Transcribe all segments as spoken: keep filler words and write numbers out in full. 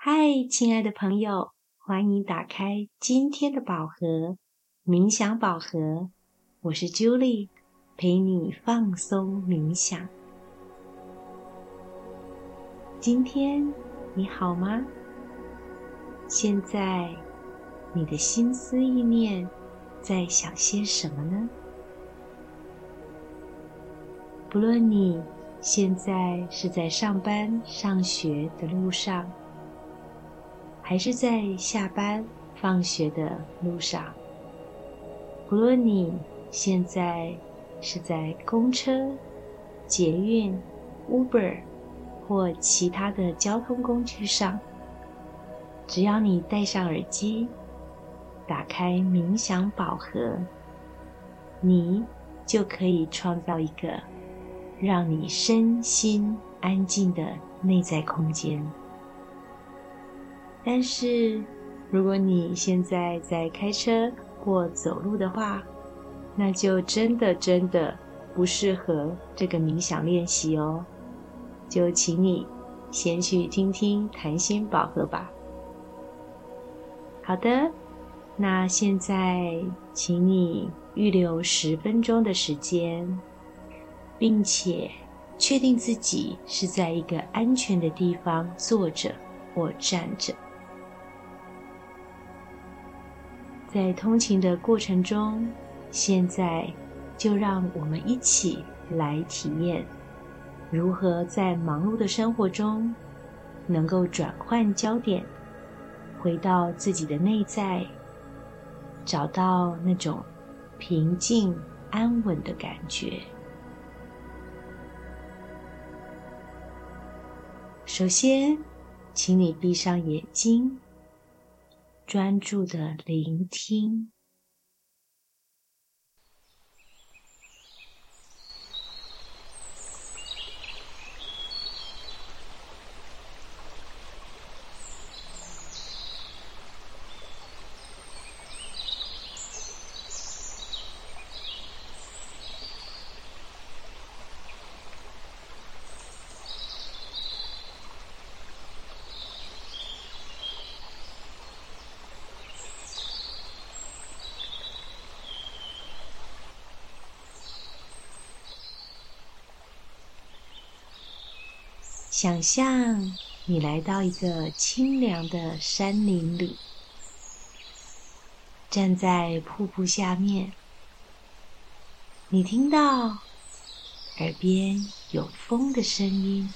嗨，亲爱的朋友，欢迎打开今天的宝盒冥想宝盒，我是 Julie， 陪你放松冥想。今天你好吗？现在你的心思意念在想些什么呢？不论你现在是在上班、上学的路上，还是在下班、放学的路上，不论你现在是在公车、捷运、Uber 或其他的交通工具上，只要你戴上耳机，打开冥想宝盒，你就可以创造一个让你身心安静的内在空间。但是如果你现在在开车或走路的话，那就真的真的不适合这个冥想练习哦。就请你先去听听谈心宝盒吧。好的，那现在请你预留十分钟的时间，并且确定自己是在一个安全的地方坐着或站着。在通勤的过程中，现在就让我们一起来体验如何在忙碌的生活中能够转换焦点，回到自己的内在，找到那种平静安稳的感觉。首先，请你闭上眼睛，专注地聆听。想象你来到一个清凉的山林里，站在瀑布下面，你听到耳边有风的声音，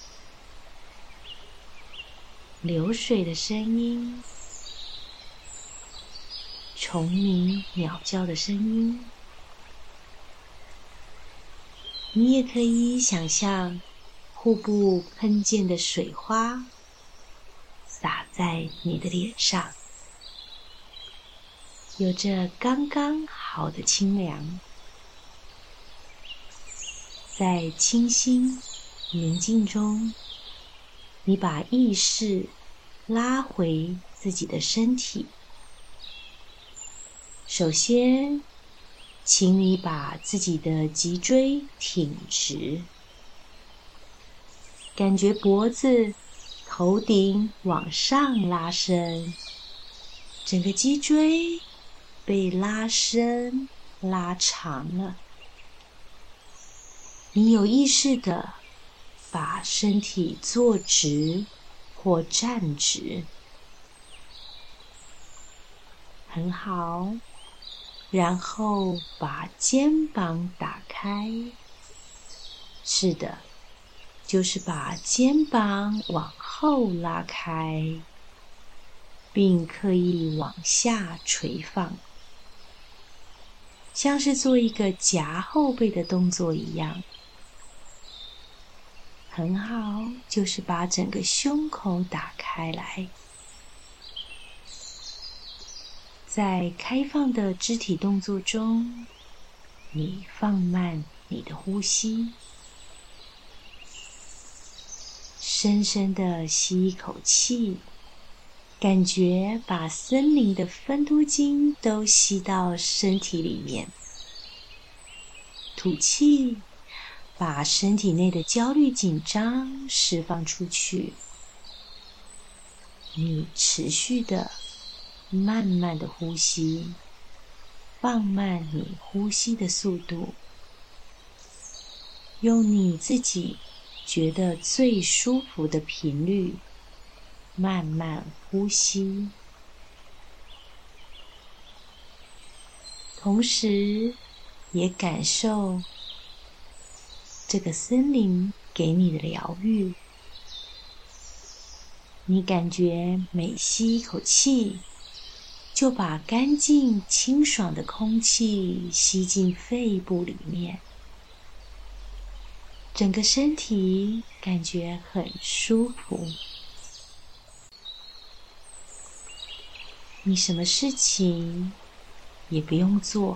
流水的声音，虫鸣鸟叫的声音。你也可以想象瀑布喷溅的水花洒在你的脸上，有着刚刚好的清凉。在清新宁静中，你把意识拉回自己的身体。首先，请你把自己的脊椎挺直，感觉脖子、头顶往上拉伸，整个脊椎被拉伸、拉长了。你有意识地把身体坐直或站直。很好，然后把肩膀打开。是的，就是把肩膀往后拉开，并刻意往下垂放，像是做一个夹后背的动作一样。很好，就是把整个胸口打开来。在开放的肢体动作中，你放慢你的呼吸，深深地吸一口气，感觉把森林的芬多精都吸到身体里面。吐气，把身体内的焦虑紧张释放出去。 你持续的、慢慢的呼吸，放慢你呼吸的速度，用你自己觉得最舒服的频率，慢慢呼吸。同时也感受这个森林给你的疗愈。你感觉每吸一口气，就把干净清爽的空气吸进肺部里面，整个身体感觉很舒服。你什么事情也不用做，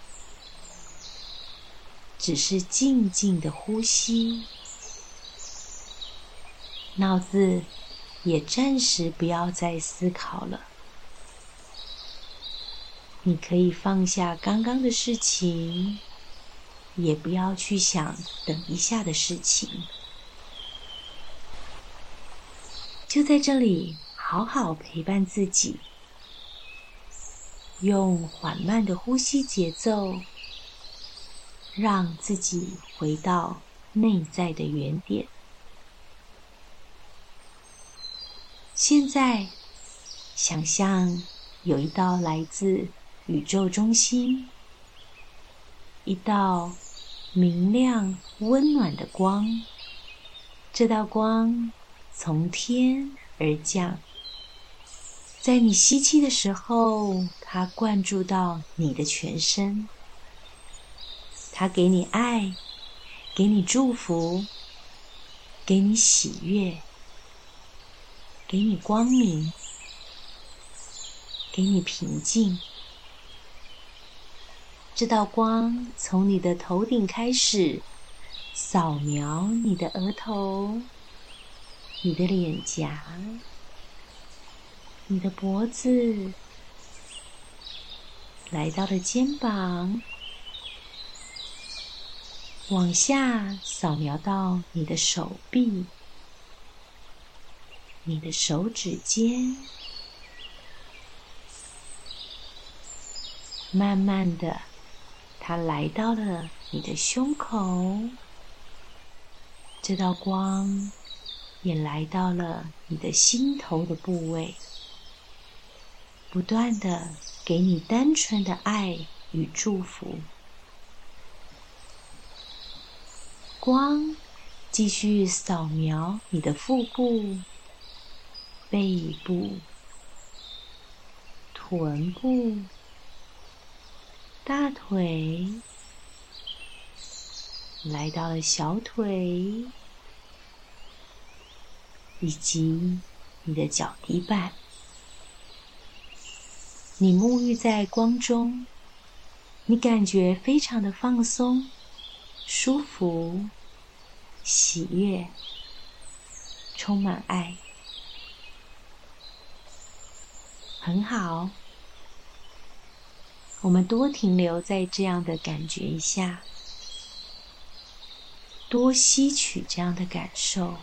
只是静静的呼吸，脑子也暂时不要再思考了。你可以放下刚刚的事情，也不要去想等一下的事情，就在这里好好陪伴自己，用缓慢的呼吸节奏，让自己回到内在的原点。现在，想象有一道来自宇宙中心，一道明亮温暖的光，这道光从天而降，在你吸气的时候，它灌注到你的全身，它给你爱，给你祝福，给你喜悦，给你光明，给你平静。这道光从你的头顶开始，扫描你的额头，你的脸颊，你的脖子，来到了肩膀，往下扫描到你的手臂，你的手指尖，慢慢的，它来到了你的胸口，这道光也来到了你的心头的部位，不断的给你单纯的爱与祝福。光继续扫描你的腹部、背部、臀部、大腿，来到了小腿，以及你的脚底板。你沐浴在光中，你感觉非常的放松、舒服、喜悦，充满爱。很好，我们多停留在这样的感觉一下，多吸取这样的感受，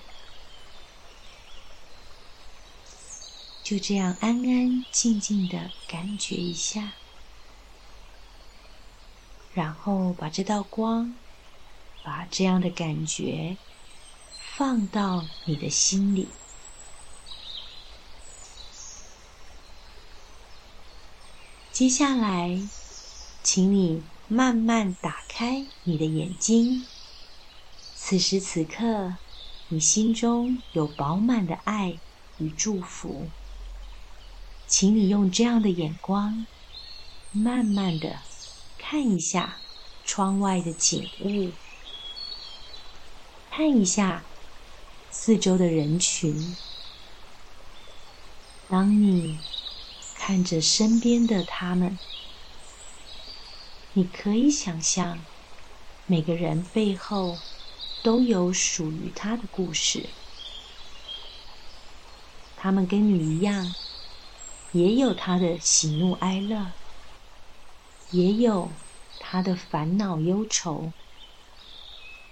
就这样安安静静的感觉一下，然后把这道光，把这样的感觉放到你的心里。接下来，请你慢慢打开你的眼睛。此时此刻，你心中有饱满的爱与祝福。请你用这样的眼光，慢慢的看一下窗外的景物，看一下四周的人群。当你看着身边的他们，你可以想象每个人背后都有属于他的故事。他们跟你一样，也有他的喜怒哀乐，也有他的烦恼忧愁，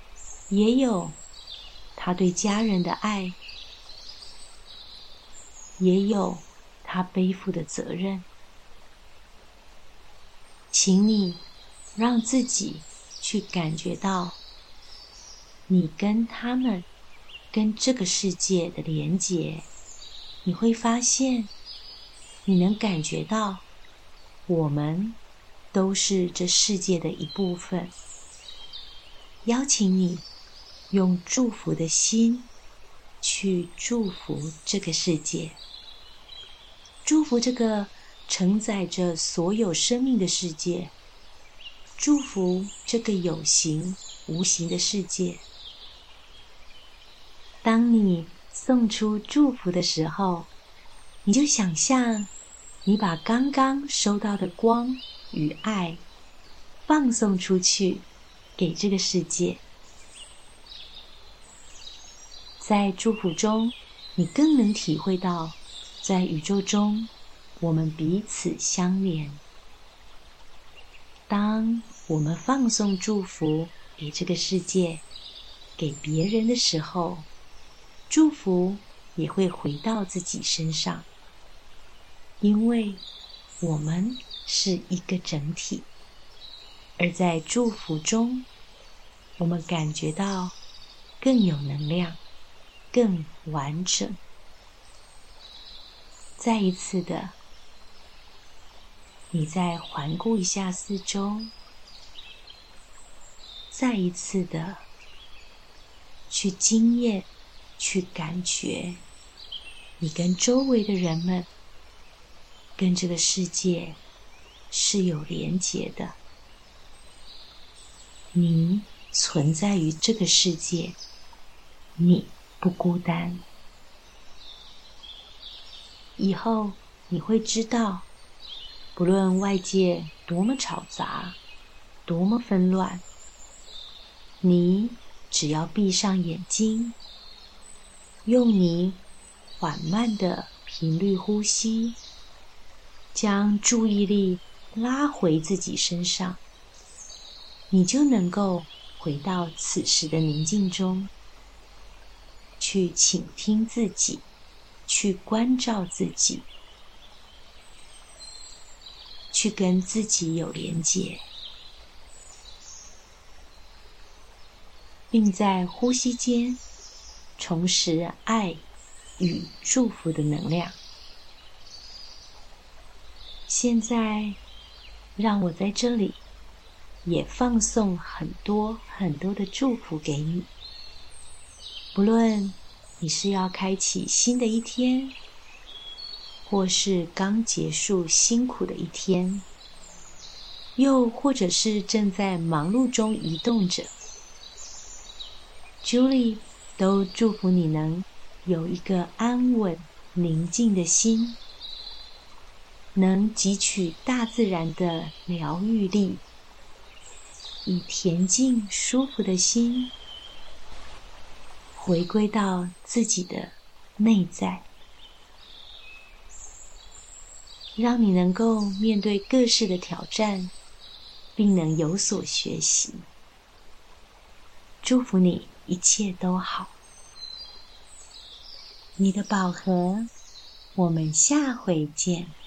也有他对家人的爱， 也有他背负的责任。请你让自己去感觉到你跟他们跟这个世界的连结，你会发现你能感觉到我们都是这世界的一部分。邀请你用祝福的心去祝福这个世界，祝福这个承载着所有生命的世界，祝福这个有形无形的世界。当你送出祝福的时候，你就想象你把刚刚收到的光与爱放送出去给这个世界。在祝福中，你更能体会到在宇宙中我们彼此相连。当我们放送祝福给这个世界，给别人的时候，祝福也会回到自己身上，因为我们是一个整体。而在祝福中，我们感觉到更有能量，更完整。再一次的，你再环顾一下四周，再一次的去经验，去感觉你跟周围的人们跟这个世界是有连结的。你存在于这个世界，你不孤单。以后你会知道，不论外界多么吵杂，多么纷乱，你只要闭上眼睛，用你缓慢的频率呼吸，将注意力拉回自己身上，你就能够回到此时的宁静中，去倾听自己，去关照自己，去跟自己有连结，并在呼吸间重拾爱与祝福的能量。现在，让我在这里也放送很多很多的祝福给你。不论你是要开启新的一天，或是刚结束辛苦的一天，又或者是正在忙碌中移动着， Julie 都祝福你能有一个安稳宁静的心，能汲取大自然的疗愈力，以恬静舒服的心回归到自己的内在，让你能够面对各式的挑战，并能有所学习。祝福你一切都好。你的宝盒，我们下回见。